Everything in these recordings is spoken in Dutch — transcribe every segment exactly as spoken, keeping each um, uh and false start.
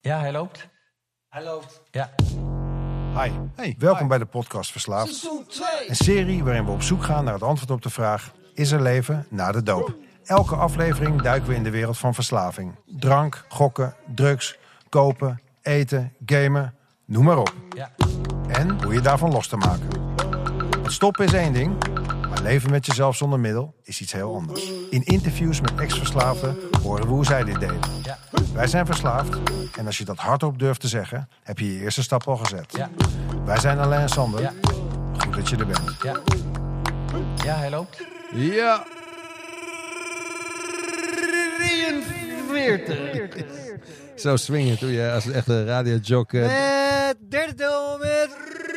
Ja, hij loopt. Hij loopt. Ja. Hi, Hey, welkom hi. bij de podcast Verslaafd. Seizoen twee. Een serie waarin we op zoek gaan naar het antwoord op de vraag: is er leven na de doop? Elke aflevering duiken we in de wereld van verslaving. Drank, gokken, drugs, kopen, eten, gamen, noem maar op. Ja. En hoe je daarvan los te maken. Het stoppen is één ding, maar leven met jezelf zonder middel is iets heel anders. In interviews met ex-verslaafden horen we hoe zij dit deden. Ja. Wij zijn verslaafd en als je dat hardop durft te zeggen, heb je je eerste stap al gezet. Ja. Wij zijn Alain en Sander. Ja. Goed dat je er bent. Ja. Ja, hij loopt. Ja. drieënveertig. Zo swingen doe je als een echte radiojock. Uh... Met derde deel met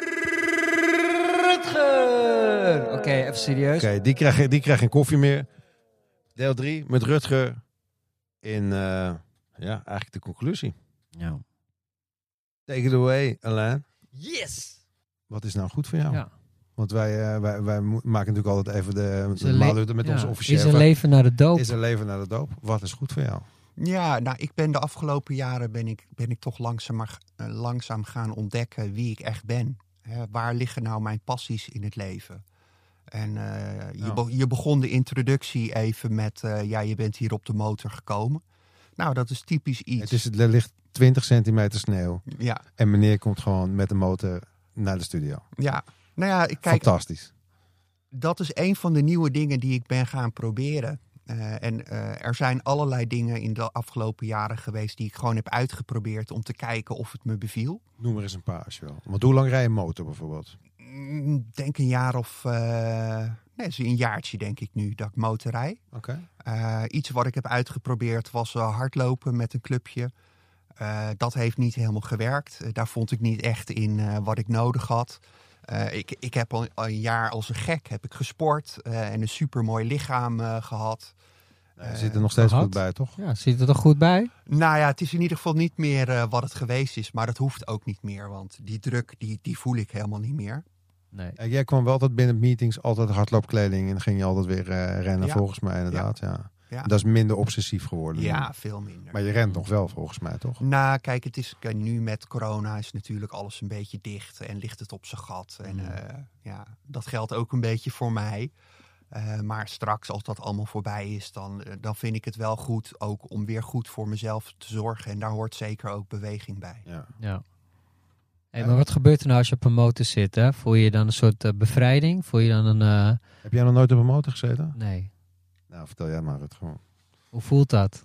Rutger. Oké, okay, even serieus. Oké, okay, die krijgt die krijg geen koffie meer. Deel drie met Rutger. In, uh, ja, eigenlijk de conclusie. Ja. Take it away, Alain. Yes! Wat is nou goed voor jou? Ja. Want wij, uh, wij, wij maken natuurlijk altijd even de, de le- maaltijd met ja. onze officiële... Is er leven na de doop? Is er leven na de doop? Wat is goed voor jou? Ja, nou, ik ben de afgelopen jaren ben ik, ben ik toch langzaam, langzaam gaan ontdekken wie ik echt ben. Hè, waar liggen nou mijn passies in het leven? En uh, je, Ja. be- je begon de introductie even met, uh, ja, je bent hier op de motor gekomen. Nou, dat is typisch iets. Het is, er ligt twintig centimeter sneeuw. Ja, En meneer komt gewoon met de motor naar de studio. ja. Nou ja, ik kijk, Fantastisch. dat is een van de nieuwe dingen die ik ben gaan proberen. Uh, en uh, er zijn allerlei dingen in de afgelopen jaren geweest die ik gewoon heb uitgeprobeerd om te kijken of het me beviel. Noem maar eens een paar als je wil. Want hoe lang rij je motor bijvoorbeeld? Ik denk een jaar of... Uh, nee, een jaartje denk ik nu dat ik motorrij. Oké. Uh, iets wat ik heb uitgeprobeerd was uh, hardlopen met een clubje. Uh, dat heeft niet helemaal gewerkt. Uh, daar vond ik niet echt in uh, wat ik nodig had. Uh, ik, ik heb al, al een jaar als een gek heb ik gesport uh, en een supermooi lichaam uh, gehad. Je zit er nog steeds gehad? goed bij, toch? Ja, ziet er toch goed bij? Nou ja, het is in ieder geval niet meer uh, wat het geweest is. Maar dat hoeft ook niet meer, want die druk die, die voel ik helemaal niet meer. Nee. Ja, jij kwam wel altijd binnen meetings, altijd hardloopkleding en dan ging je altijd weer uh, rennen, Ja. volgens mij inderdaad. Ja. Ja, Dat is minder obsessief geworden. ja veel minder. Maar je rent nog wel, volgens mij, toch? Nou, kijk, het is nu met corona is natuurlijk alles een beetje dicht en ligt het op zijn gat. En Mm. uh, ja, dat geldt ook een beetje voor mij. Uh, maar straks, als dat allemaal voorbij is, dan, uh, dan vind ik het wel goed ook om weer goed voor mezelf te zorgen. En daar hoort zeker ook beweging bij. Ja. Ja. Hey, maar wat gebeurt er nou als je op een motor zit? Hè? Voel je dan een soort uh, bevrijding? Voel je dan een... Uh... Heb jij nog nooit op een motor gezeten? Nee. Nou, vertel jij maar het gewoon. Hoe voelt dat?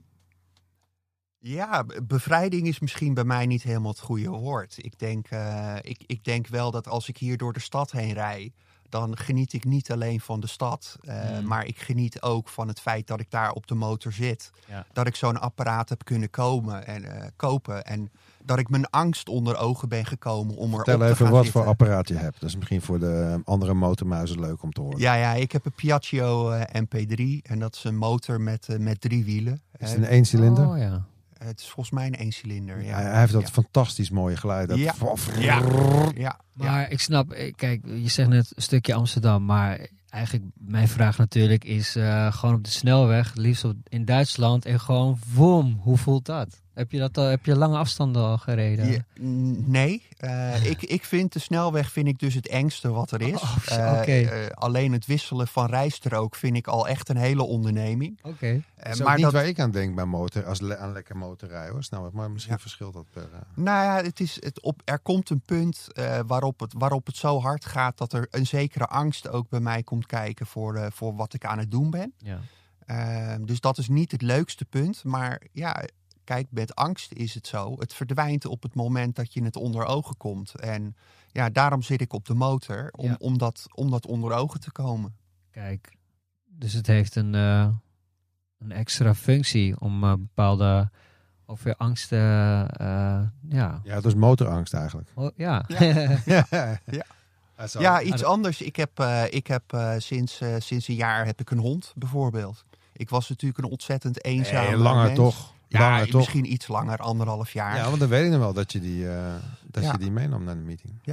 Ja, be- bevrijding is misschien bij mij niet helemaal het goede woord. Ik denk, uh, ik, ik denk wel dat als ik hier door de stad heen rijd, dan geniet ik niet alleen van de stad. Uh, Mm. Maar ik geniet ook van het feit dat ik daar op de motor zit. Ja. Dat ik zo'n apparaat heb kunnen komen en, uh, kopen. En dat ik mijn angst onder ogen ben gekomen om erop Vertel te even gaan wat zitten. voor apparaat je hebt. Dat is misschien voor de andere motormuizen leuk om te horen. Ja, ja, ik heb een Piaggio uh, M P drie. En dat is een motor met, uh, met drie wielen. Is het En een eencilinder? Oh ja. het is volgens mij een eencilinder. Ja. Hij, hij heeft dat Ja. fantastisch mooie geluid. Dat Ja. f- Ja. Ja. Maar ik snap, eh, kijk, je zegt net een stukje Amsterdam, maar eigenlijk mijn vraag natuurlijk is uh, gewoon op de snelweg, liefst op, in Duitsland en gewoon woem, hoe voelt dat? Heb je dat al, heb je lange afstanden al gereden? Ja, n- nee, uh, ik, ik vind de snelweg vind ik dus het engste wat er is. Oh, Uh, oké. uh, alleen het wisselen van rijstrook vind ik al echt een hele onderneming. Oké. Uh, Dat is ook maar niet dat, waar ik aan denk bij motor, als le- aan lekker motorrijden hoor. Snel, maar misschien Ja. verschilt dat per... Uh... nou ja, het is het op, er komt een punt uh, waarop, het, waarop het zo hard gaat dat er een zekere angst ook bij mij komt kijken voor, uh, voor wat ik aan het doen ben. Ja. Uh, dus dat is niet het leukste punt, maar ja... Kijk, met angst is het zo. Het verdwijnt op het moment dat je het onder ogen komt. En ja, daarom zit ik op de motor, om, Ja. om, dat, om dat onder ogen te komen. Kijk, dus het heeft een, uh, een extra functie om uh, bepaalde of weer angsten, uh, ja. Ja, dat is motorangst eigenlijk. Oh, ja. Ja. ja. Ja. Dat is al- Ja, iets Ah, anders. Ik heb, uh, ik heb uh, sinds, uh, sinds een jaar heb ik een hond, bijvoorbeeld. Ik was natuurlijk een ontzettend eenzaam Nee, langer mens. toch? Ja, Langer toch? misschien iets langer, anderhalf jaar. Ja, want dan weet ik nog wel dat je die, uh, dat Ja. je die meenam naar de meeting. Dus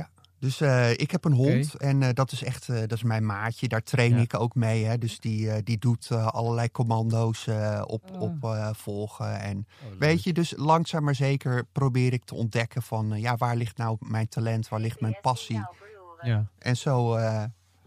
Dus uh, ik heb een hond Okay. en uh, dat is echt uh, dat is mijn maatje. Daar train Ja. ik ook mee. Hè. Dus die, uh, die doet uh, allerlei commando's uh, op, Oh. op uh, volgen. En Oh, leuk. weet je, dus langzaam maar zeker probeer ik te ontdekken van... Uh, ja, waar ligt nou mijn talent, waar ligt mijn passie? Ja. En zo, uh,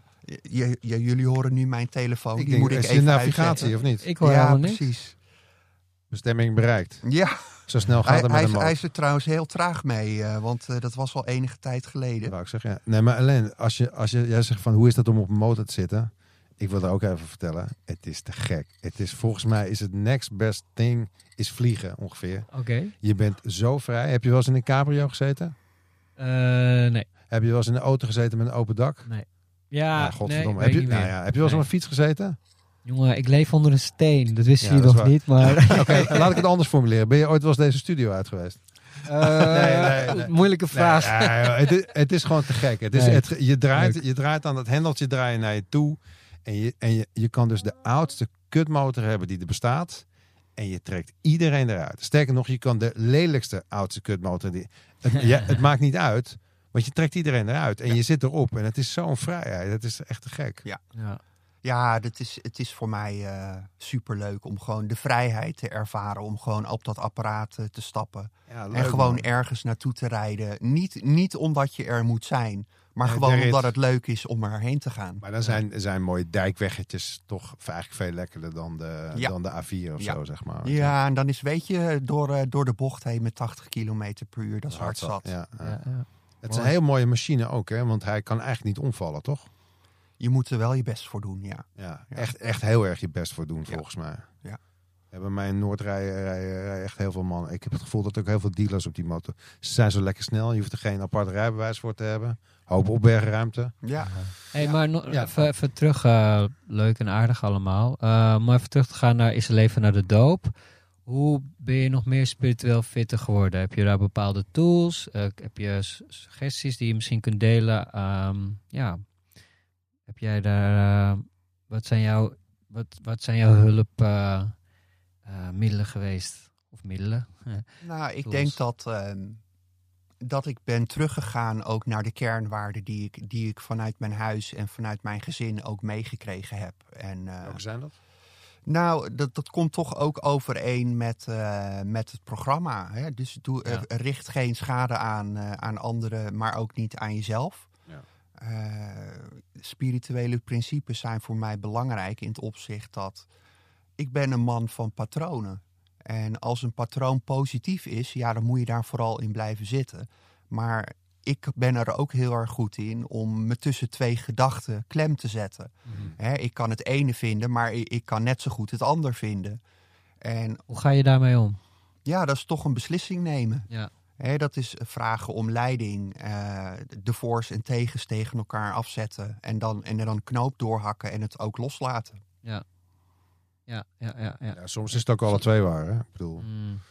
je, je, jullie horen nu mijn telefoon. Ik Die denk, moet ik is je even navigatie uitzetten. of niet? Ik hoor Ja, helemaal niks. precies. Bestemming bereikt. Ja, Zo snel gaat hij, het met hij, een is, motor. hij is er trouwens heel traag mee. Uh, want uh, dat was al enige tijd geleden. Wou ik zeggen, ja. Nee, maar alleen, als, je, als je, jij zegt van hoe is dat om op een motor te zitten? Ik wil er ook even vertellen. Het is te gek. Het is, volgens mij is het next best thing is vliegen ongeveer. Oké. Okay. Je bent zo vrij. Heb je wel eens in een cabrio gezeten? Uh, nee. Heb je wel eens in een auto gezeten met een open dak? Nee. Ja, nou, godverdomme. nee, heb, je, niet nou meer. ja, heb je wel eens Nee. op een fiets gezeten? Jongen, ik leef onder een steen. Dat wist Ja, je dat is nog waar. niet, maar... Oké, okay, laat ik het anders formuleren. Ben je ooit wel eens deze studio uit geweest? Uh, Nee, nee, nee. Moeilijke vraag. Nee, ja, het, is, het is gewoon te gek. Het is, Nee. het, je, draait, Leuk. je draait aan dat hendeltje draaien naar je toe. En, je, en je, je kan dus de oudste kutmotor hebben die er bestaat. En je trekt iedereen eruit. Sterker nog, je kan de lelijkste oudste kutmotor. Die, het, ja, het maakt niet uit. Want je trekt iedereen eruit. En Ja. je zit erop. En het is zo'n vrijheid. Het is echt te gek. Ja. Ja. Ja, dat is, het is voor mij uh, superleuk om gewoon de vrijheid te ervaren. Om gewoon op dat apparaat uh, te stappen. Ja, leuk, en gewoon man. ergens naartoe te rijden. Niet, niet omdat je er moet zijn. Maar Nee, gewoon de rit. omdat het leuk is om erheen te gaan. Maar dan zijn, zijn mooie dijkweggetjes toch eigenlijk veel lekkerder dan de, Ja. dan de A vier of Ja. zo, zeg maar. Ja, en dan is, weet je, door, uh, door de bocht heen met tachtig kilometer per uur. Dat is hard zat. Ja, ja. Ja, ja. Het is een heel mooie machine ook, hè? Want hij kan eigenlijk niet omvallen, toch? Je moet er wel je best voor doen, ja. Ja, Ja. Echt, echt heel erg je best voor doen, Ja. volgens mij. Ja. Ja, bij mij in Noord rijden, rijden, rijden echt heel veel mannen. Ik heb het gevoel dat er ook heel veel dealers op die motor. Ze zijn zo lekker snel. Je hoeft er geen apart rijbewijs voor te hebben. Hoop opbergruimte. Ja, Hey, Ja. maar nog Ja. even, even terug, uh, leuk en aardig allemaal. Uh, maar even terug te gaan naar Is er leven naar de doop. Hoe ben je nog meer spiritueel fitter geworden? Heb je daar bepaalde tools? Uh, heb je s- suggesties die je misschien kunt delen? Um, ja, heb jij daar, uh, wat zijn jouw, wat, wat zijn jouw hulpmiddelen uh, uh, middelen geweest? Of middelen? nou, ik Tools. denk dat, uh, dat ik ben teruggegaan ook naar de kernwaarden die ik, die ik vanuit mijn huis en vanuit mijn gezin ook meegekregen heb. En, uh, Welke zijn dat? Nou, dat, dat komt toch ook overeen met, uh, met het programma. Hè? Dus doe, uh, Ja. richt geen schade aan, uh, aan anderen, maar ook niet aan jezelf. Ja. Uh, spirituele principes zijn voor mij belangrijk in het opzicht dat ik ben een man van patronen. En als een patroon positief is, ja, dan moet je daar vooral in blijven zitten. Maar ik ben er ook heel erg goed in om me tussen twee gedachten klem te zetten. Mm-hmm. Hè, ik kan het ene vinden, maar ik, ik kan net zo goed het ander vinden. En Hoe ga je daarmee om? ja, dat is toch een beslissing nemen. Ja. Hè, dat is vragen om leiding, uh, de voor's en tegens tegen elkaar afzetten. En dan, en dan knoop doorhakken en het ook loslaten. Ja. Ja, ja, ja. ja. Ja, soms is het ook alle twee waar, hè? Ik bedoel, Mm.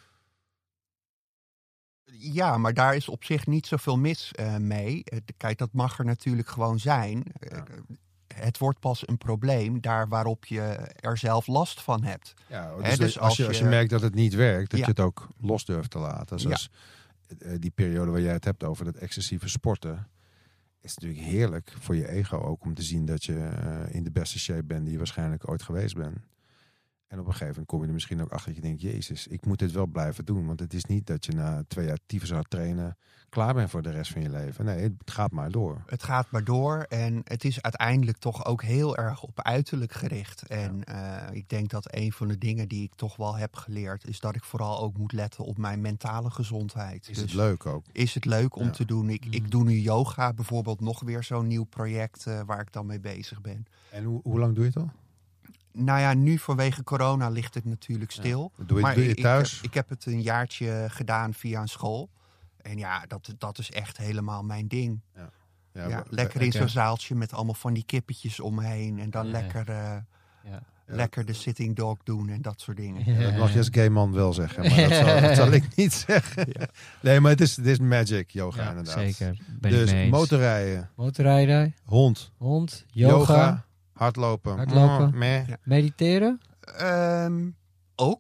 Ja, maar daar is op zich niet zoveel mis uh, mee. Uh, kijk, dat mag er natuurlijk gewoon zijn. Uh, Ja. Het wordt pas een probleem daar waarop je er zelf last van hebt. ja, dus, Hè, dus als, als je, als je je- merkt dat het niet werkt, dat Ja. je het ook los durft te laten. Zoals eh, die periode waar jij het hebt over dat excessieve sporten. Is natuurlijk heerlijk voor je ego ook om te zien dat je eh, in de beste shape bent die je waarschijnlijk ooit geweest bent. En op een gegeven moment kom je er misschien ook achter dat je denkt, jezus, ik moet dit wel blijven doen. Want het is niet dat je na twee jaar tyfus hard trainen klaar bent voor de rest van je leven. Nee, het gaat maar door. Het gaat maar door en het is uiteindelijk toch ook heel erg op uiterlijk gericht. En uh, ik denk dat een van de dingen die ik toch wel heb geleerd is dat ik vooral ook moet letten op mijn mentale gezondheid. Is Dus het leuk ook. is het leuk om Ja. te doen. Ik, Mm. ik doe nu yoga bijvoorbeeld, nog weer zo'n nieuw project uh, waar ik dan mee bezig ben. En hoe, hoe lang doe je het al? Nou ja, nu vanwege corona ligt het natuurlijk stil. Doe je, maar doe je ik, thuis? Ik heb, ik heb het een jaartje gedaan via een school. En ja, dat, dat is echt helemaal mijn ding. Ja, Ja, we- lekker we- in zo'n zaaltje met allemaal van die kippetjes omheen. En dan Ja. lekker, uh, Ja. Ja. lekker de sitting dog doen en dat soort dingen. Ja, dat mag je als gay man wel zeggen, maar dat zal, dat zal ik niet zeggen. Nee, maar het is, het is magic, yoga Ja, inderdaad. zeker. Ben Dus ik mee eens. motorrijden, Motorrijden, hond, hond, yoga, yoga, hardlopen, Hardlopen. mm, meh. Ja. mediteren. Um, ook.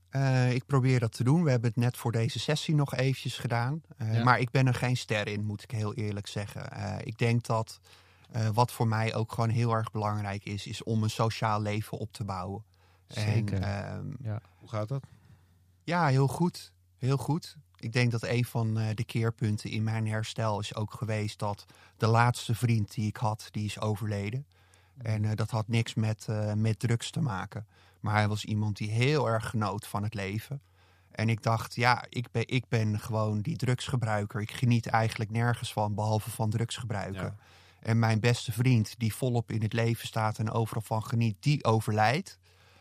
Uh, ik probeer dat te doen. We hebben het net voor deze sessie nog eventjes gedaan. Uh, ja. Maar ik ben er geen ster in, moet ik heel eerlijk zeggen. Uh, ik denk dat uh, wat voor mij ook gewoon heel erg belangrijk is, is om een sociaal leven op te bouwen. Zeker. En, um, ja. Hoe gaat dat? Ja, heel goed. Heel goed. Ik denk dat een van uh, de keerpunten in mijn herstel is ook geweest dat de laatste vriend die ik had, die is overleden. En uh, dat had niks met, uh, met drugs te maken. Maar hij was iemand die heel erg genoot van het leven. En ik dacht, ja, ik ben, ik ben gewoon die drugsgebruiker. Ik geniet eigenlijk nergens van, behalve van drugsgebruiken. Ja. En mijn beste vriend, die volop in het leven staat en overal van geniet, die overlijdt.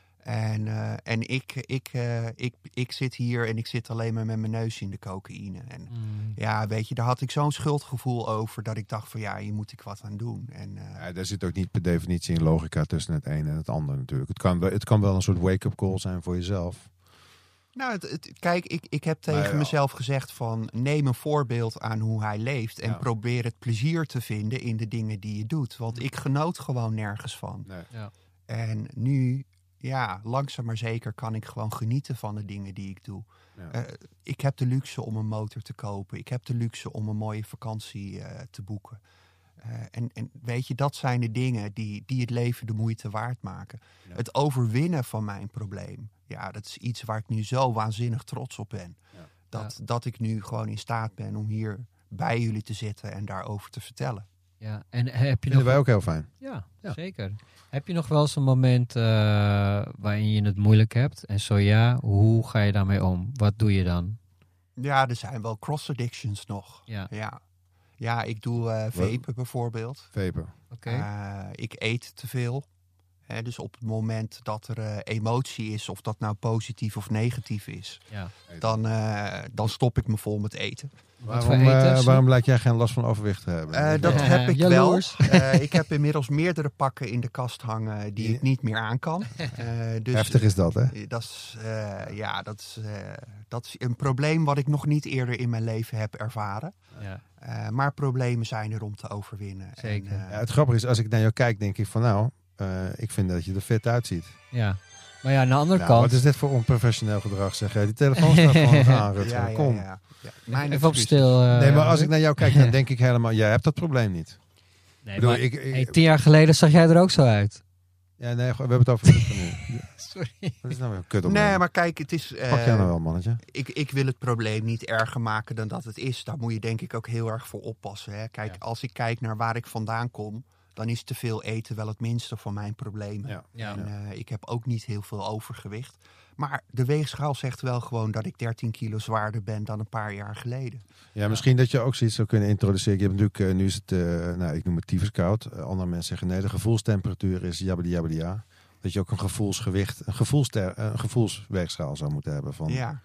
En, uh, en ik, ik, uh, ik, ik zit hier en ik zit alleen maar met mijn neus in de cocaïne. En mm. ja, weet je, daar had ik zo'n schuldgevoel over dat ik dacht van ja, hier moet ik wat aan doen. En, uh, ja, daar zit ook niet per definitie een logica tussen het een en het ander natuurlijk. Het kan, het kan wel een soort wake-up call zijn voor jezelf. Nou, het, het, kijk, ik, ik heb tegen maar, ja. mezelf gezegd van neem een voorbeeld aan hoe hij leeft. En ja. probeer het plezier te vinden in de dingen die je doet. Want ik genoot gewoon nergens van. Nee. Ja. En nu... Ja, langzaam maar zeker kan ik gewoon genieten van de dingen die ik doe. Ja. Uh, ik heb de luxe om een motor te kopen. Ik heb de luxe om een mooie vakantie uh, te boeken. Uh, en, en weet je, dat zijn de dingen die, die het leven de moeite waard maken. Ja. Het overwinnen van mijn probleem. Ja, dat is iets waar ik nu zo waanzinnig trots op ben. Ja. Dat, ja. dat ik nu gewoon in staat ben om hier bij jullie te zitten en daarover te vertellen. Ja, en heb je Vinden nog... wij ook heel fijn. Ja, ja. zeker. Heb je nog wel eens een moment uh, waarin je het moeilijk hebt? En zo ja, hoe ga je daarmee om? Wat doe je dan? Ja, er zijn wel cross-addictions nog. Ja, ja. ja ik doe uh, vapen bijvoorbeeld. Vapen. Oké. Okay. Uh, ik eet te veel. He, dus op het moment dat er uh, emotie is, of dat nou positief of negatief is, ja. dan, uh, dan stop ik me vol met eten. Waarom, uh, waarom lijkt jij geen last van overwicht te hebben? Uh, dat ja, heb ik jaloers. wel. Uh, ik heb inmiddels meerdere pakken in de kast hangen die ja. ik niet meer aan kan. Uh, dus, Heftig is dat, hè? Dat is, uh, ja, dat is, uh, dat is een probleem wat ik nog niet eerder in mijn leven heb ervaren. Ja. Uh, maar problemen zijn er om te overwinnen. Zeker. En, uh, ja, het grappige is, als ik naar jou kijk, denk ik van nou, uh, ik vind dat je er fit uitziet. Ja. Maar ja, aan de andere nou, kant... Wat is dit voor onprofessioneel gedrag, zeg jij? Die telefoon staat gewoon aan, Rutger. Ja, ja, Kom. Ja, ja. Mijn Even op stil. Uh, nee, maar als ik naar jou kijk, dan denk ik helemaal, jij hebt dat probleem niet. Nee, bedoel, maar, ik, ik, hey, tien jaar geleden zag jij er ook zo uit. Ja, nee, we hebben het over Rutger nu. Sorry. Wat is nou weer een kut op Nee, me? maar kijk, het is... Uh, Pak jij nou wel, mannetje? Ik, ik wil het probleem niet erger maken dan dat het is. Daar moet je denk ik ook heel erg voor oppassen. Hè? Kijk, ja. als ik kijk naar waar ik vandaan kom, dan is te veel eten wel het minste van mijn problemen. Ja. Ja. En uh, ik heb ook niet heel veel overgewicht. Maar de weegschaal zegt wel gewoon dat ik dertien kilo zwaarder ben dan een paar jaar geleden. Ja, misschien dat je ook zoiets zou kunnen introduceren. Je hebt natuurlijk, uh, nu is het, uh, nou, ik noem het tyfus koud. Uh, andere mensen zeggen nee, de gevoelstemperatuur is jabbedi jabbedi ja. Dat je ook een gevoelsgewicht, een, gevoelster, een gevoelsweegschaal zou moeten hebben. Van, ja.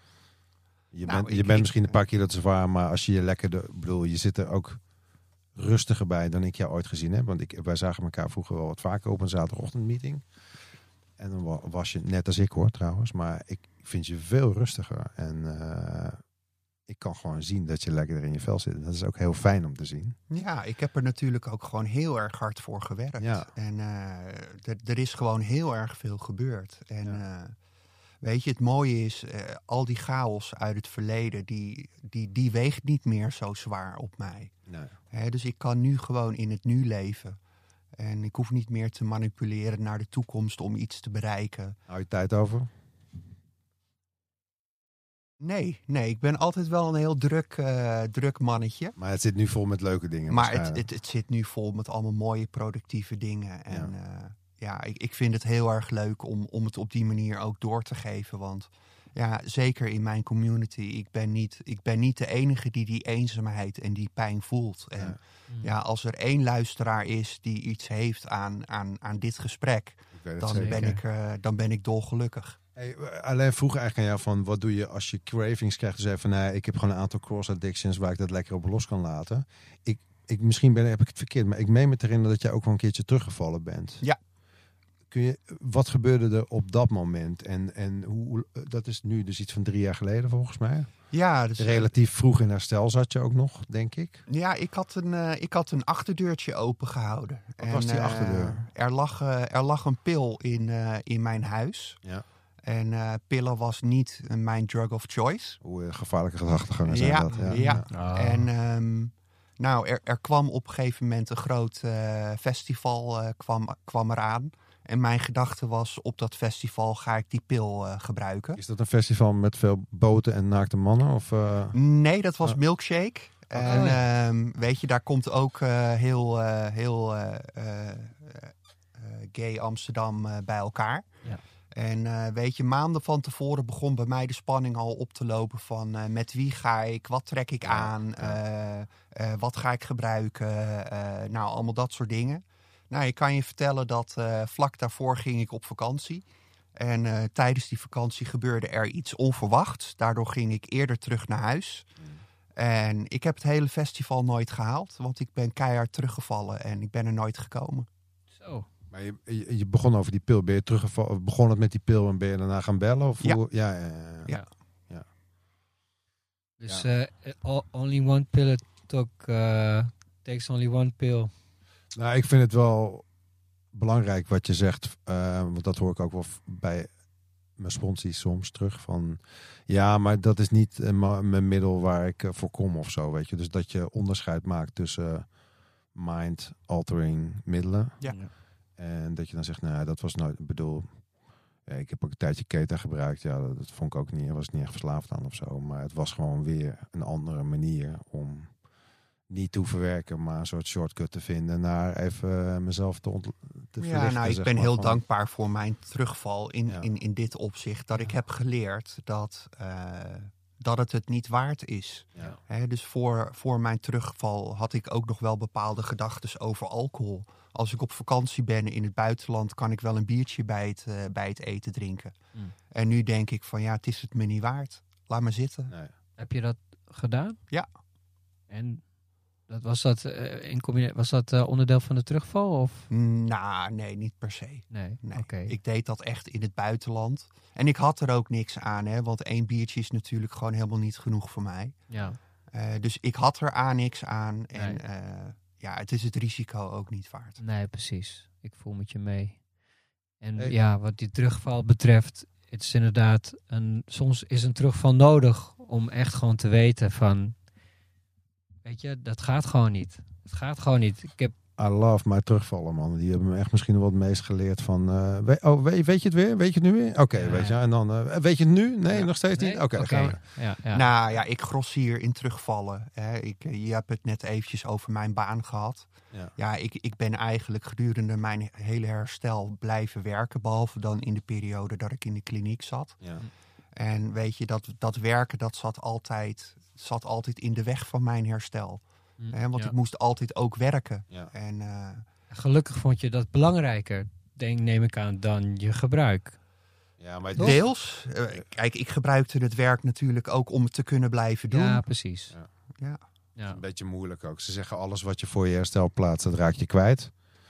Je nou, bent, je ik, bent ik, misschien een paar kilo te zwaar, maar als je je lekker, de, bedoel, je zit er ook rustiger bij dan ik jou ooit gezien heb. Want ik, wij zagen elkaar vroeger wel wat vaker op een zaterdagochtendmeeting. En dan was je, net als ik hoor trouwens, maar ik vind je veel rustiger. En uh, ik kan gewoon zien dat je lekker in je vel zit. En dat is ook heel fijn om te zien. Ja, ik heb er natuurlijk ook gewoon heel erg hard voor gewerkt. Ja. En uh, er is gewoon heel erg veel gebeurd. En ja. uh, weet je, het mooie is, uh, al die chaos uit het verleden, die, die, die weegt niet meer zo zwaar op mij. Nee. He, dus ik kan nu gewoon in het nu leven. En ik hoef niet meer te manipuleren naar de toekomst om iets te bereiken. Hou je tijd over? Nee, nee, ik ben altijd wel een heel druk, uh, druk mannetje. Maar het zit nu vol met leuke dingen. Maar het, het, het zit nu vol met allemaal mooie, productieve dingen. En ja, uh, ja ik, ik vind het heel erg leuk om, om het op die manier ook door te geven. Want ja, zeker in mijn community, ik ben niet, ik ben niet de enige die die eenzaamheid en die pijn voelt. En ja, ja als er één luisteraar is die iets heeft aan, aan, aan dit gesprek, dan ben, ik, uh, dan ben ik dolgelukkig. Hey, alleen vroeg eigenlijk aan jou van, wat doe je als je cravings krijgt? Dus even, nee, ik heb gewoon een aantal cross addictions waar ik dat lekker op los kan laten. Ik, ik, misschien ben, heb ik het verkeerd, maar ik meen me te herinneren dat jij ook wel een keertje teruggevallen bent. Ja. Kun je, wat gebeurde er op dat moment? En, en hoe, dat is nu dus iets van drie jaar geleden volgens mij. Ja, dus, relatief vroeg in herstel zat je ook nog, denk ik. Ja, ik had een, uh, ik had een achterdeurtje open gehouden. Wat en, was die achterdeur? Uh, er, lag, uh, er lag een pil in, uh, in mijn huis. Ja. En uh, pillen was niet uh, mijn drug of choice. Hoe uh, gevaarlijke gedachtegangen zijn ja, dat. Ja, ja. ja. Oh. En um, nou, er, er kwam op een gegeven moment een groot uh, festival uh, kwam, kwam eraan. En mijn gedachte was, op dat festival ga ik die pil uh, gebruiken. Is dat een festival met veel boten en naakte mannen? Of, uh... Nee, dat was oh. Milkshake. Okay. En um, weet je, daar komt ook uh, heel, uh, heel uh, uh, uh, gay Amsterdam uh, bij elkaar. Ja. En uh, weet je, maanden van tevoren begon bij mij de spanning al op te lopen van uh, met wie ga ik, wat trek ik aan, ja. uh, uh, wat ga ik gebruiken, uh, nou allemaal dat soort dingen. Nou, ik kan je vertellen dat uh, vlak daarvoor ging ik op vakantie. En uh, tijdens die vakantie gebeurde er iets onverwachts. Daardoor ging ik eerder terug naar huis. Mm. En ik heb het hele festival nooit gehaald, want ik ben keihard teruggevallen en ik ben er nooit gekomen. Zo. Maar je, je, je begon over die pil. Ben je teruggevallen? Begon het met die pil en ben je daarna gaan bellen? Of ja. Hoe? Ja, ja, ja. ja. ja. Dus ja. Uh, only one pill took, uh, takes only one pill. Nou, ik vind het wel belangrijk wat je zegt. Uh, want dat hoor ik ook wel bij mijn sponsies soms terug. Van, ja, maar dat is niet uh, mijn middel waar ik uh, voor kom of zo. Weet je? Dus dat je onderscheid maakt tussen uh, mind-altering middelen. Ja. Ja. En dat je dan zegt, nou, dat was nooit, ik bedoel, ja, ik heb ook een tijdje keta gebruikt. Ja, dat, dat vond ik ook niet, was niet echt verslaafd aan of zo. Maar het was gewoon weer een andere manier om niet te verwerken, maar een soort shortcut te vinden naar even mezelf te, ont- te ja, verlichten. nou, ik zeg ben maar, heel gewoon. dankbaar voor mijn terugval in, Ja. in, in dit opzicht. Dat Ja. ik heb geleerd dat, uh, dat het het niet waard is. Ja. He, dus voor, voor mijn terugval had ik ook nog wel bepaalde gedachten over alcohol. Als ik op vakantie ben in het buitenland, kan ik wel een biertje bij het, uh, bij het eten drinken. Mm. En nu denk ik van ja, het is het me niet waard. Laat maar zitten. Nee. Heb je dat gedaan? Ja. En dat was dat, uh, in combina- was dat uh, onderdeel van de terugval? Of? Nou, nee, niet per se. Nee, Nee, okay. ik deed dat echt in het buitenland. En ik had er ook niks aan, hè, want één biertje is natuurlijk gewoon helemaal niet genoeg voor mij. Ja. Uh, dus ik had er aan niks aan. En Nee. uh, ja, het is het risico ook niet waard. Nee, precies. Ik voel met je mee. En Hey. ja, wat die terugval betreft, het is inderdaad, een, soms is een terugval nodig om echt gewoon te weten van, weet je, dat gaat gewoon niet. Het gaat gewoon niet. Ik heb I love my terugvallen, man. Die hebben me echt misschien wel het meest geleerd van... Uh, we, oh, weet, weet je het weer? Weet je het nu weer? Oké, okay, ja, weet je. ja. En dan, uh, weet je het nu? Nee, Ja. nog steeds nee? niet? Oké, Oké. okay, gaan we. Ja, ja. Nou ja, ik grossier in terugvallen. Hè. Ik, je hebt het net eventjes over mijn baan gehad. Ja. Ja, ik, ik ben eigenlijk gedurende mijn hele herstel blijven werken. Behalve dan in de periode dat ik in de kliniek zat. Ja. En weet je, dat, dat werken dat zat altijd, zat altijd in de weg van mijn herstel. Hm, Hè, want ja. ik moest altijd ook werken. Ja. En uh, Gelukkig vond je dat belangrijker, denk, neem ik aan, dan je gebruik. Ja, maar Toch? deels, uh, kijk, ik gebruikte het werk natuurlijk ook om het te kunnen blijven doen. Ja, precies. Ja. Ja. Ja. een beetje moeilijk ook. Ze zeggen alles wat je voor je herstel plaatst, dat raak je kwijt.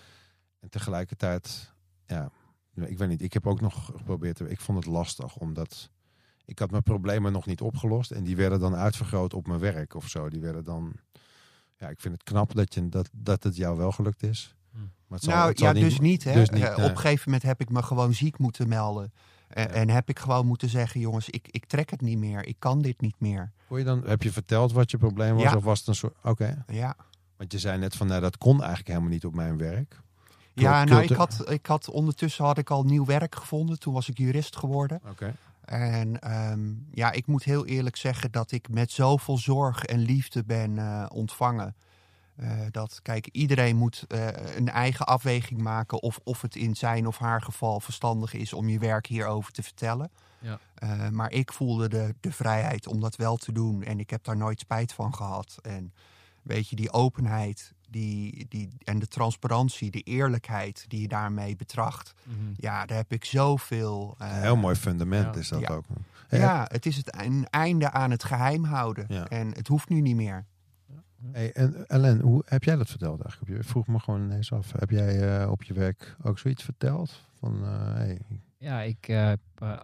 En tegelijkertijd, ja, ik weet niet. Ik heb ook nog geprobeerd, ik vond het lastig, omdat ik had mijn problemen nog niet opgelost. En die werden dan uitvergroot op mijn werk of zo. Die werden dan, ja, ik vind het knap dat, je, dat, dat het jou wel gelukt is. Maar het zal, Nou het zal ja, niet, dus niet. Hè. Dus niet, Uh, nee. Op een gegeven moment heb ik me gewoon ziek moeten melden. En, Ja. en heb ik gewoon moeten zeggen, jongens, ik, ik trek het niet meer. Ik kan dit niet meer. Hoor je dan, heb je verteld wat je probleem was? Ja. Of was het een soort, oké. Okay. Ja, Want je zei net van, nou, dat kon eigenlijk helemaal niet op mijn werk. ja Cult- nou, ik culte- had, ik had ondertussen had ik al nieuw werk gevonden. Toen was ik jurist geworden. Oké. Okay. En um, ja, ik moet heel eerlijk zeggen dat ik met zoveel zorg en liefde ben uh, ontvangen. Uh, dat, kijk, iedereen moet uh, een eigen afweging maken of, of het in zijn of haar geval verstandig is om je werk hierover te vertellen. Ja. Uh, maar ik voelde de, de vrijheid om dat wel te doen en ik heb daar nooit spijt van gehad. En weet je, die openheid die, die, en de transparantie, de eerlijkheid die je daarmee betracht. Mm-hmm. Ja, daar heb ik zoveel... Uh, Een heel mooi fundament ja. is dat Ja. ook. ja, Ja. het is het een einde aan het geheim houden. Ja. En het hoeft nu niet meer. Hey, en Ellen, hoe heb jij dat verteld eigenlijk? Ik vroeg me gewoon ineens af. Heb jij uh, op je werk ook zoiets verteld? Van, uh, hey. Ja, ik uh, heb, uh,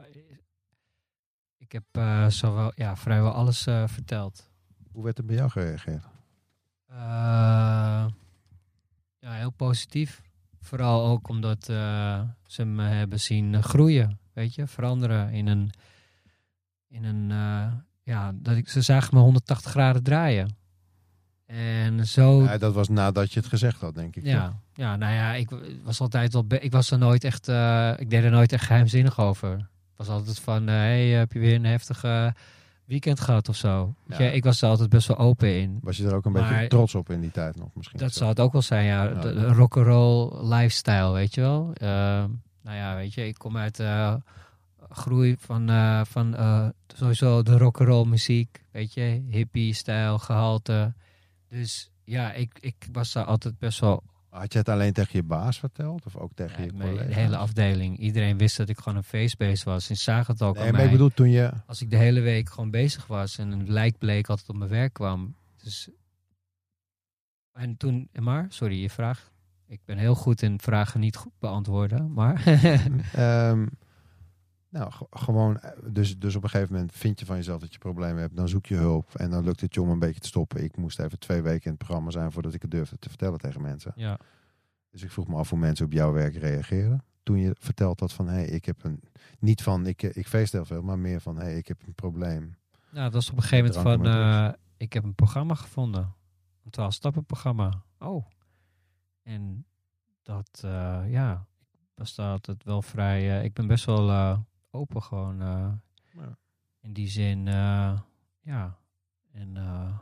ik heb uh, zowel, ja, vrijwel alles uh, verteld. Hoe werd er bij jou gereageerd? Uh, ja, heel positief. Vooral ook omdat uh, ze me hebben zien uh, groeien. Weet weet je, veranderen in een, in een, uh, ja, dat ik, ze zagen me honderdtachtig graden draaien. En zo... Ja, dat was nadat je het gezegd had, denk ik. Ja, toch? ja, nou ja, ik was altijd wel, be- ik was er nooit echt, uh, ik deed er nooit echt geheimzinnig over. Het was altijd van, uh, hey, heb je weer een heftige weekend gehad of zo? Ja. Ja, ik was er altijd best wel open in. Was je er ook een Maar beetje trots op in die tijd nog misschien? Dat zo? zou het ook wel zijn, ja. Ja. De, de rock'n'roll lifestyle, weet je wel. Uh, nou ja, weet je, ik kom uit uh, groei van, uh, van uh, sowieso de rock'n'roll muziek, weet je. Hippie-stijl, gehalte. Dus ja, ik, ik was daar altijd best wel... Had je het alleen tegen je baas verteld? Of ook tegen Ja, je mijn- collega's? de hele afdeling. Iedereen wist dat ik gewoon een feestbeest was. En zagen het ook Nee, aan maar mij. ik bedoel toen je... Als ik de hele week gewoon bezig was en een lijk bleek altijd op mijn werk kwam. Dus... En toen... Maar, sorry, je vraag. Ik ben heel goed in vragen niet goed beantwoorden, maar... um, nou, g- gewoon... Dus, dus op een gegeven moment vind je van jezelf dat je problemen hebt. Dan zoek je hulp. En dan lukt het je om een beetje te stoppen. Ik moest even twee weken in het programma zijn voordat ik het durfde te vertellen tegen mensen. ja. Dus ik vroeg me af hoe mensen op jouw werk reageren. Toen je verteld had van, hé, hey, ik heb een... Niet van, ik, ik feest heel veel, maar meer van, hé, hey, ik heb een probleem. Nou, dat was op een gegeven moment Drank van... en Uh, ik heb een programma gevonden. Een twaalf-stappen programma. Oh. En dat, uh, ja... Ik was daar altijd wel vrij... Uh, ik ben best wel uh, open gewoon. Uh, Ja. In die zin, uh, ja. En... Uh,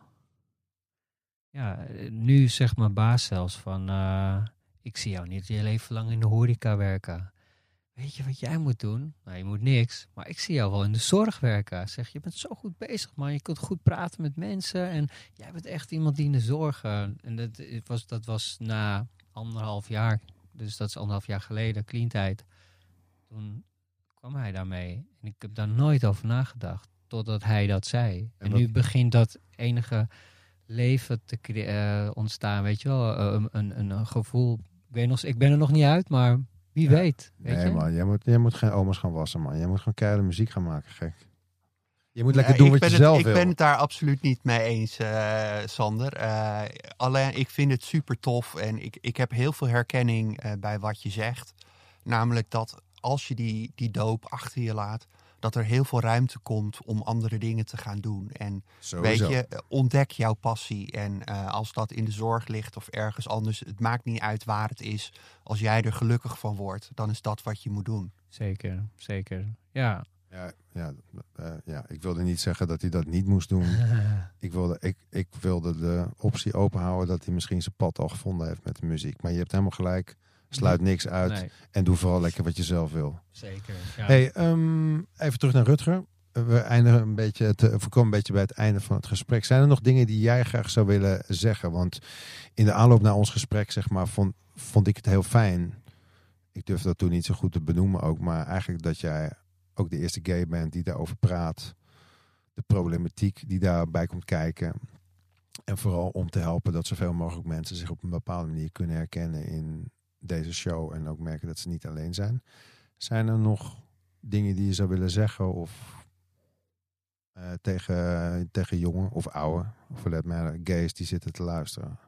ja, nu zegt mijn baas zelfs van... Uh, ik zie jou niet je leven lang in de horeca werken. Weet je wat jij moet doen? Nou, je moet niks. Maar ik zie jou wel in de zorg werken. Zeg, je bent zo goed bezig, man. Je kunt goed praten met mensen. En jij bent echt iemand die in de zorg... Uh, en dat was, dat was na anderhalf jaar. Dus dat is anderhalf jaar geleden, clean-tijd. Toen kwam hij daarmee. En ik heb daar nooit over nagedacht. Totdat hij dat zei. En, en wat... nu begint dat enige... leven te cre- uh, ontstaan, weet je wel, uh, een, een, een gevoel. Ik, weet nog, ik ben er nog niet uit, maar wie ja. weet. Weet nee je? man, jij moet, jij moet geen oma's gaan wassen, man. Jij moet gewoon keiharde muziek gaan maken, gek. Je moet Ja, lekker doen wat je het, zelf ik wil. Ik ben het daar absoluut niet mee eens, uh, Sander. Uh, alleen, ik vind het super tof en ik, ik heb heel veel herkenning uh, bij wat je zegt. Namelijk dat als je die, die doop achter je laat... dat er heel veel ruimte komt om andere dingen te gaan doen. En Sowieso. weet je, ontdek jouw passie. En uh, als dat in de zorg ligt of ergens anders... het maakt niet uit waar het is. Als jij er gelukkig van wordt, dan is dat wat je moet doen. Zeker, zeker. Ja. Ja, ja, uh, ja, ik wilde niet zeggen dat hij dat niet moest doen. ik, wilde, ik, ik wilde de optie openhouden dat hij misschien zijn pad al gevonden heeft met de muziek. Maar je hebt helemaal gelijk. Sluit niks uit. Nee. En doe vooral lekker wat je zelf wil. Zeker. Ja. Hey, um, even terug naar Rutger. We eindigen een beetje te, we komen een beetje bij het einde van het gesprek. Zijn er nog dingen die jij graag zou willen zeggen? Want in de aanloop naar ons gesprek, zeg maar, vond, vond ik het heel fijn. Ik durf dat toen niet zo goed te benoemen ook. Maar eigenlijk dat jij ook de eerste gay bent die daarover praat. De problematiek die daarbij komt kijken. En vooral om te helpen dat zoveel mogelijk mensen zich op een bepaalde manier kunnen herkennen in deze show. En ook merken dat ze niet alleen zijn. Zijn er nog dingen die je zou willen zeggen? Of uh, tegen, tegen jongen of oude, of for that matter, gays die zitten te luisteren?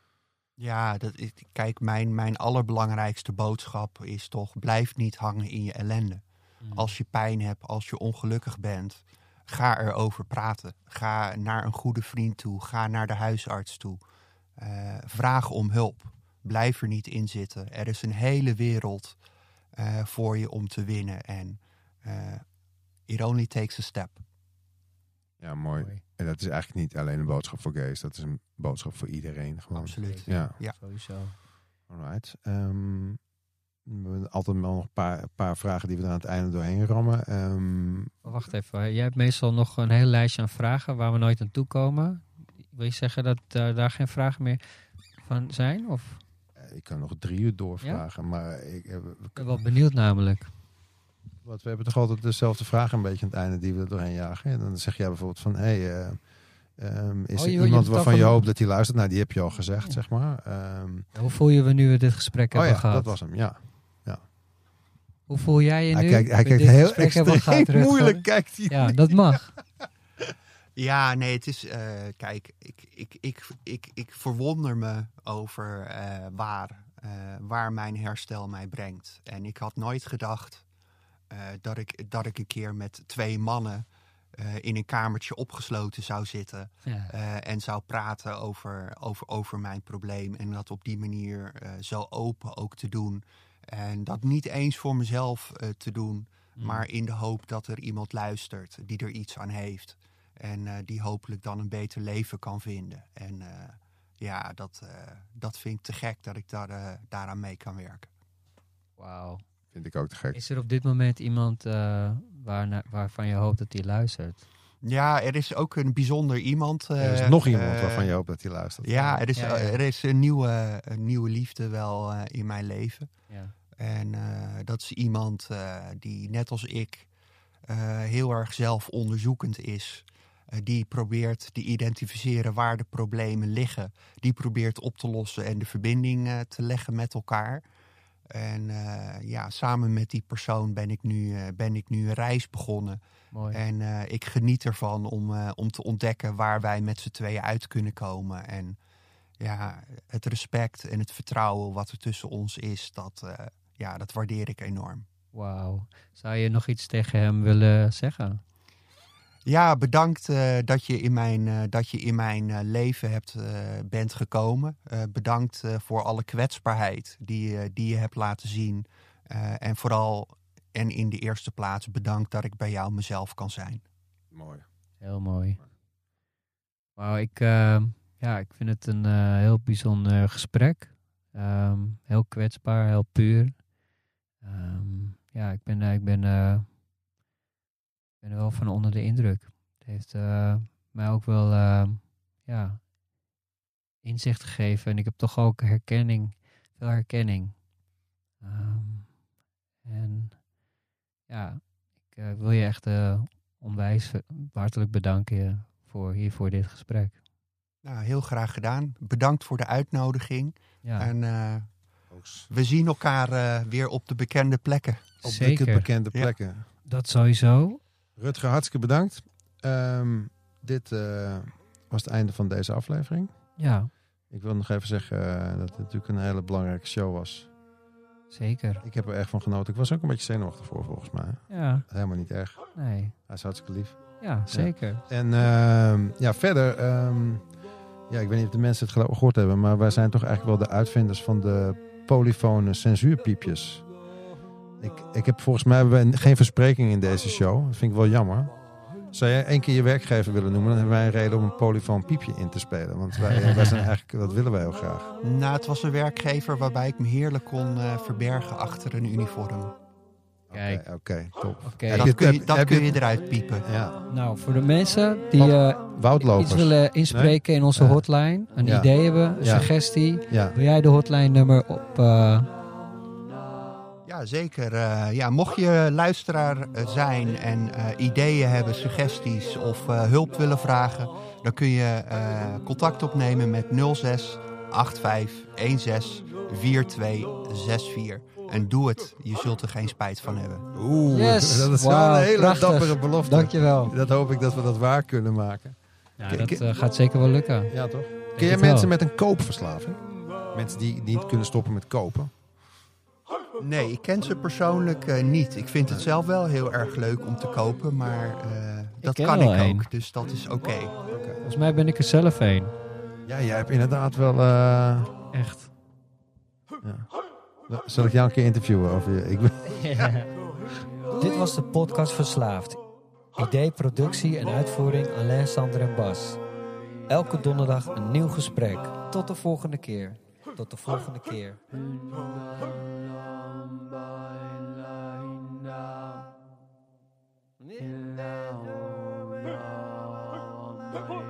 Ja, dat is, kijk, mijn, mijn allerbelangrijkste boodschap is toch... blijf niet hangen in je ellende. Mm. Als je pijn hebt, als je ongelukkig bent... ga erover praten. Ga naar een goede vriend toe. Ga naar de huisarts toe. Uh, vraag om hulp. Blijf er niet in zitten. Er is een hele wereld uh, voor je om te winnen. En uh, it only takes a step. Ja, mooi. mooi. En dat is eigenlijk niet alleen een boodschap voor gays. Dat is een boodschap voor iedereen. Gewoon. Absoluut. Ja, ja. Sowieso. Alright. Um, we hebben altijd wel nog een paar, paar vragen die we er aan het einde doorheen rammen. Um, Wacht even. Jij hebt meestal nog een heel lijstje aan vragen waar we nooit aan toe komen. Wil je zeggen dat uh, daar geen vragen meer van zijn? Of? Ik kan nog drie uur doorvragen, ja? maar ik, uh, ik ben wel benieuwd namelijk. Want we hebben toch altijd dezelfde vraag een beetje aan het einde die we er doorheen jagen. En dan zeg jij bijvoorbeeld van, hé, hey, uh, um, is oh, er je, iemand je waarvan je van... hoopt dat hij luistert? Nou, die heb je al gezegd, ja. zeg maar. Um, ja, hoe voel je we nu we dit gesprek oh, hebben ja, gehad? dat was hem, ja. ja. Hoe voel jij je hij nu? Kijkt, hij kijkt heel extreem gehad, moeilijk, kijkt hij. Ja, dat mag. Ja, nee, het is... Uh, kijk, ik, ik, ik, ik, ik verwonder me over uh, waar, uh, waar mijn herstel mij brengt. En ik had nooit gedacht Uh, dat, ik, dat ik een keer met twee mannen uh, in een kamertje opgesloten zou zitten. Ja. Uh, en zou praten over, over, over mijn probleem. En dat op die manier uh, zo open ook te doen. En dat niet eens voor mezelf uh, te doen. Mm. Maar in de hoop dat er iemand luistert die er iets aan heeft. En uh, die hopelijk dan een beter leven kan vinden. En uh, ja, dat, uh, dat vind ik te gek dat ik daar, uh, daaraan mee kan werken. Wauw. Vind ik ook te gek. Is er op dit moment iemand uh, waar, waarvan je hoopt dat hij luistert? Ja, er is ook een bijzonder iemand. Uh, er is nog iemand uh, waarvan je hoopt dat hij luistert. Ja, er is, ja, ja. er is een, nieuwe, een nieuwe liefde wel uh, in mijn leven. Ja. En uh, dat is iemand uh, die net als ik uh, heel erg zelfonderzoekend is. Uh, die probeert te identificeren waar de problemen liggen. Die probeert op te lossen en de verbinding uh, te leggen met elkaar. En uh, ja, samen met die persoon ben ik nu, uh, ben ik nu een reis begonnen. Mooi. En uh, ik geniet ervan om, uh, om te ontdekken waar wij met z'n tweeën uit kunnen komen. En ja, het respect en het vertrouwen wat er tussen ons is, dat, uh, ja, dat waardeer ik enorm. Wauw. Zou je nog iets tegen hem willen zeggen? Ja, bedankt uh, dat je in mijn, uh, dat je in mijn uh, leven hebt, uh, bent gekomen. Uh, bedankt uh, voor alle kwetsbaarheid die, uh, die je hebt laten zien. Uh, en vooral en in de eerste plaats bedankt dat ik bij jou mezelf kan zijn. Mooi. Heel mooi. Wauw, ik, uh, ja, ik vind het een uh, heel bijzonder gesprek. Um, heel kwetsbaar, heel puur. Um, ja, ik ben, uh, ik ben, uh, ben er wel van onder de indruk. Het heeft uh, mij ook wel uh, ja, inzicht gegeven. En ik heb toch ook herkenning, veel herkenning. Um, en ja, ik uh, wil je echt uh, onwijs hartelijk bedanken voor hiervoor dit gesprek. Nou, heel graag gedaan. Bedankt voor de uitnodiging. Ja. En uh, we zien elkaar uh, weer op de bekende plekken. Op Zeker. de bekende plekken. Ja. Dat sowieso. Rutger, hartstikke bedankt. Um, dit uh, was het einde van deze aflevering. Ja. Ik wil nog even zeggen uh, dat het natuurlijk een hele belangrijke show was. Zeker. Ik heb er echt van genoten. Ik was ook een beetje zenuwachtig voor, volgens mij. Ja. Helemaal niet erg. Nee. Hij is hartstikke lief. Ja, zeker. Ja. En uh, ja, verder... Um, ja, ik weet niet of de mensen het gehoord hebben, maar wij zijn toch eigenlijk wel de uitvinders van de polyfone censuurpiepjes. Ik, ik heb volgens mij hebben wij geen verspreking in deze show. Dat vind ik wel jammer. Zou jij één keer je werkgever willen noemen, dan hebben wij een reden om een polyfoon piepje in te spelen. Want wij, wij zijn eigenlijk, dat willen wij heel graag. Nou, het was een werkgever waarbij ik me heerlijk kon uh, verbergen achter een uniform. Kijk. Oké, okay, okay, top. Okay. Dat, kun je, dat heb kun je je eruit piepen. Ja. Nou, voor de mensen die uh, Woudlopers iets willen inspreken nee? in onze ja. hotline, een ja. idee hebben, een ja. suggestie, ja. wil jij de hotline nummer op... Uh... Ja, zeker. Uh, ja, mocht je luisteraar zijn en uh, ideeën hebben, suggesties of uh, hulp willen vragen, dan kun je uh, contact opnemen met nul zes acht vijf een zes vier twee zes vier. En doe het. Je zult er geen spijt van hebben. Oeh, yes. dat is wow, wel een hele prachtig. dappere belofte. Dankjewel. Dat hoop ik dat we dat waar kunnen maken. Ja, dat uh, gaat zeker wel lukken. Ja, toch? Ken je mensen met een koopverslaving? Mensen die niet kunnen stoppen met kopen? Nee, ik ken ze persoonlijk uh, niet. Ik vind het zelf wel heel erg leuk om te kopen, maar uh, dat kan ik een. ook. Dus dat is oké. Okay. Okay. Volgens mij ben ik er zelf een. Ja, jij hebt inderdaad wel... Uh... Echt. Ja. Zal ik jou een keer interviewen over je? Ik ben... ja. Dit was de podcast Verslaafd. Idee, productie en uitvoering Alain, Sander en Bas. Elke donderdag een nieuw gesprek. Tot de volgende keer. Tot de volgende keer. Now, now, now, now.